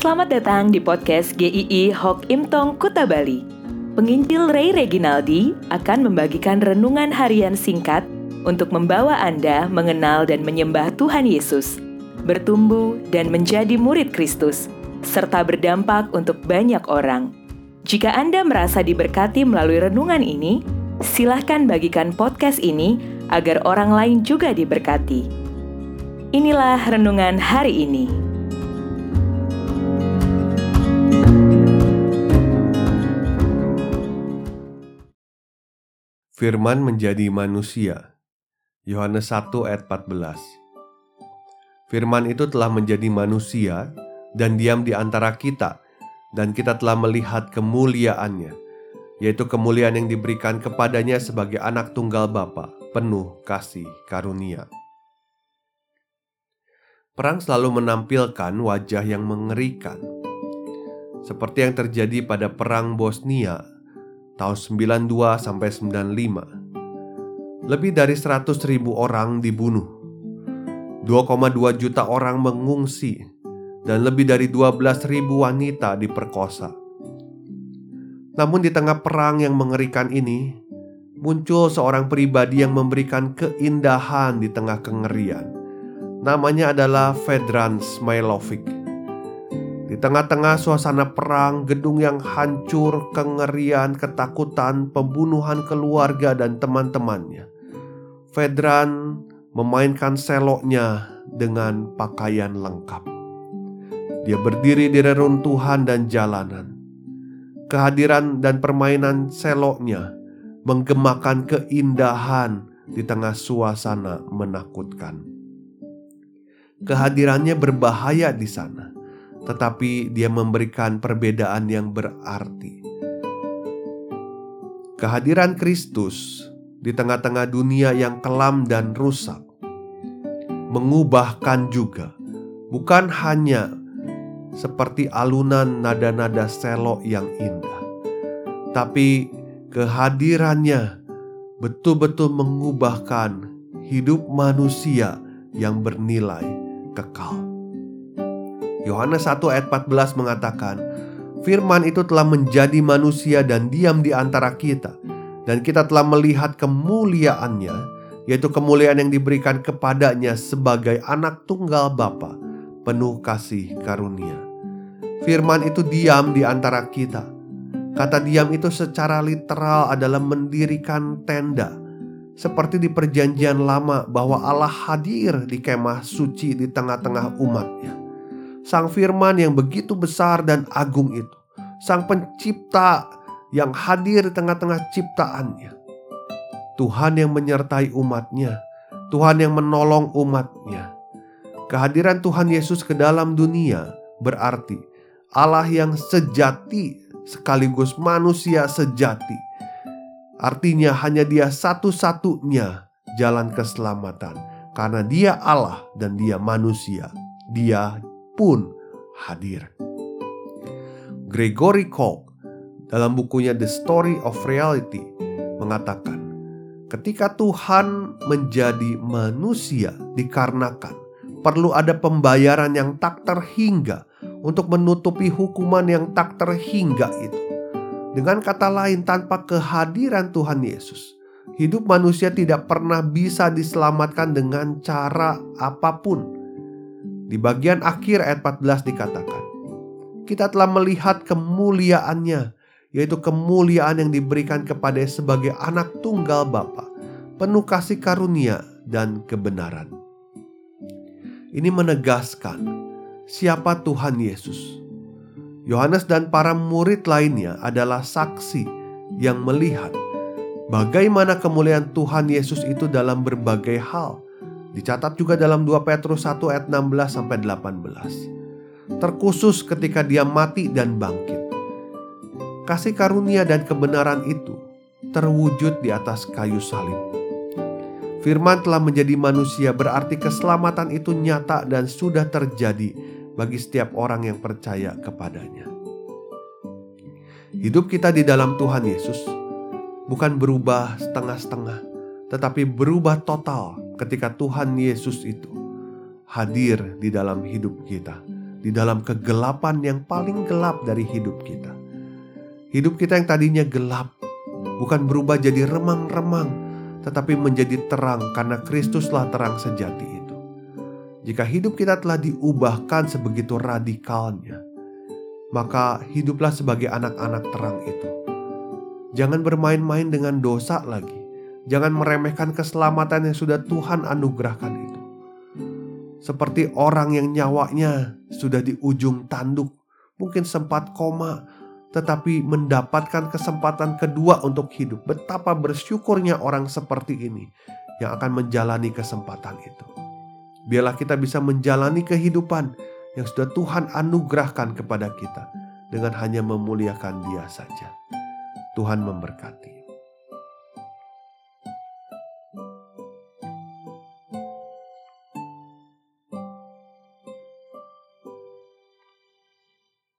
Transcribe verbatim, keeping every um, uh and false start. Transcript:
Selamat datang di podcast G I I Hok Im Tong Kuta Bali. Penginjil Ray Reginaldi akan membagikan renungan harian singkat untuk membawa Anda mengenal dan menyembah Tuhan Yesus, bertumbuh dan menjadi murid Kristus, serta berdampak untuk banyak orang. Jika Anda merasa diberkati melalui renungan ini, silahkan bagikan podcast ini agar orang lain juga diberkati. Inilah renungan hari ini. Firman menjadi manusia. Yohanes satu ayat empat belas. Firman itu telah menjadi manusia dan diam di antara kita, dan kita telah melihat kemuliaannya, yaitu kemuliaan yang diberikan kepadanya sebagai anak tunggal Bapa, penuh kasih karunia. Perang selalu menampilkan wajah yang mengerikan, seperti yang terjadi pada Perang Bosnia tahun sembilan puluh dua sampai sembilan puluh lima. Lebih dari seratus ribu orang dibunuh, dua koma dua juta orang mengungsi, dan lebih dari dua belas ribu wanita diperkosa. Namun di tengah perang yang mengerikan ini, muncul seorang pribadi yang memberikan keindahan di tengah kengerian. Namanya adalah Vedran Smailovic. Di tengah-tengah suasana perang, gedung yang hancur, kengerian, ketakutan, pembunuhan keluarga dan teman-temannya, Vedran memainkan seloknya dengan pakaian lengkap. Dia berdiri di reruntuhan dan jalanan. Kehadiran dan permainan seloknya menggemakan keindahan di tengah suasana menakutkan. Kehadirannya berbahaya di sana, tetapi dia memberikan perbedaan yang berarti. Kehadiran Kristus di tengah-tengah dunia yang kelam dan rusak mengubahkan juga, bukan hanya seperti alunan nada-nada selok yang indah, tapi kehadirannya betul-betul mengubahkan hidup manusia yang bernilai kekal. Yohanes satu ayat empat belas mengatakan, Firman itu telah menjadi manusia dan diam di antara kita, dan kita telah melihat kemuliaannya, yaitu kemuliaan yang diberikan kepadanya sebagai anak tunggal Bapa, penuh kasih karunia. Firman itu diam di antara kita. Kata diam itu secara literal adalah mendirikan tenda, seperti di perjanjian lama bahwa Allah hadir di kemah suci di tengah-tengah umatnya. Sang Firman yang begitu besar dan agung itu, Sang Pencipta yang hadir di tengah-tengah ciptaannya, Tuhan yang menyertai umatnya, Tuhan yang menolong umatnya. Kehadiran Tuhan Yesus ke dalam dunia berarti Allah yang sejati sekaligus manusia sejati. Artinya hanya Dia satu-satunya jalan keselamatan, karena Dia Allah dan Dia manusia. Dia pun hadir. Gregory Koch dalam bukunya The Story of Reality mengatakan, ketika Tuhan menjadi manusia dikarenakan perlu ada pembayaran yang tak terhingga untuk menutupi hukuman yang tak terhingga itu. Dengan kata lain, tanpa kehadiran Tuhan Yesus, hidup manusia tidak pernah bisa diselamatkan dengan cara apapun. Di bagian akhir ayat empat belas dikatakan, kita telah melihat kemuliaannya, yaitu kemuliaan yang diberikan kepada sebagai anak tunggal Bapa, penuh kasih karunia dan kebenaran. Ini menegaskan siapa Tuhan Yesus. Yohanes dan para murid lainnya adalah saksi yang melihat bagaimana kemuliaan Tuhan Yesus itu dalam berbagai hal. Dicatat juga dalam dua Petrus satu ayat enam belas sampai delapan belas. Terkhusus ketika Dia mati dan bangkit. Kasih karunia dan kebenaran itu terwujud di atas kayu salib. Firman telah menjadi manusia berarti keselamatan itu nyata dan sudah terjadi bagi setiap orang yang percaya kepadanya. Hidup kita di dalam Tuhan Yesus bukan berubah setengah-setengah, tetapi berubah total ketika Tuhan Yesus itu hadir di dalam hidup kita di dalam kegelapan yang paling gelap dari hidup kita. Hidup kita yang tadinya gelap bukan berubah jadi remang-remang, tetapi menjadi terang karena Kristuslah terang sejati itu. Jika hidup kita telah diubahkan sebegitu radikalnya, maka hiduplah sebagai anak-anak terang itu. Jangan bermain-main dengan dosa lagi. Jangan meremehkan keselamatan yang sudah Tuhan anugerahkan itu. Seperti orang yang nyawanya sudah di ujung tanduk, mungkin sempat koma, tetapi mendapatkan kesempatan kedua untuk hidup. Betapa bersyukurnya orang seperti ini yang akan menjalani kesempatan itu. Biarlah kita bisa menjalani kehidupan yang sudah Tuhan anugerahkan kepada kita dengan hanya memuliakan Dia saja. Tuhan memberkati.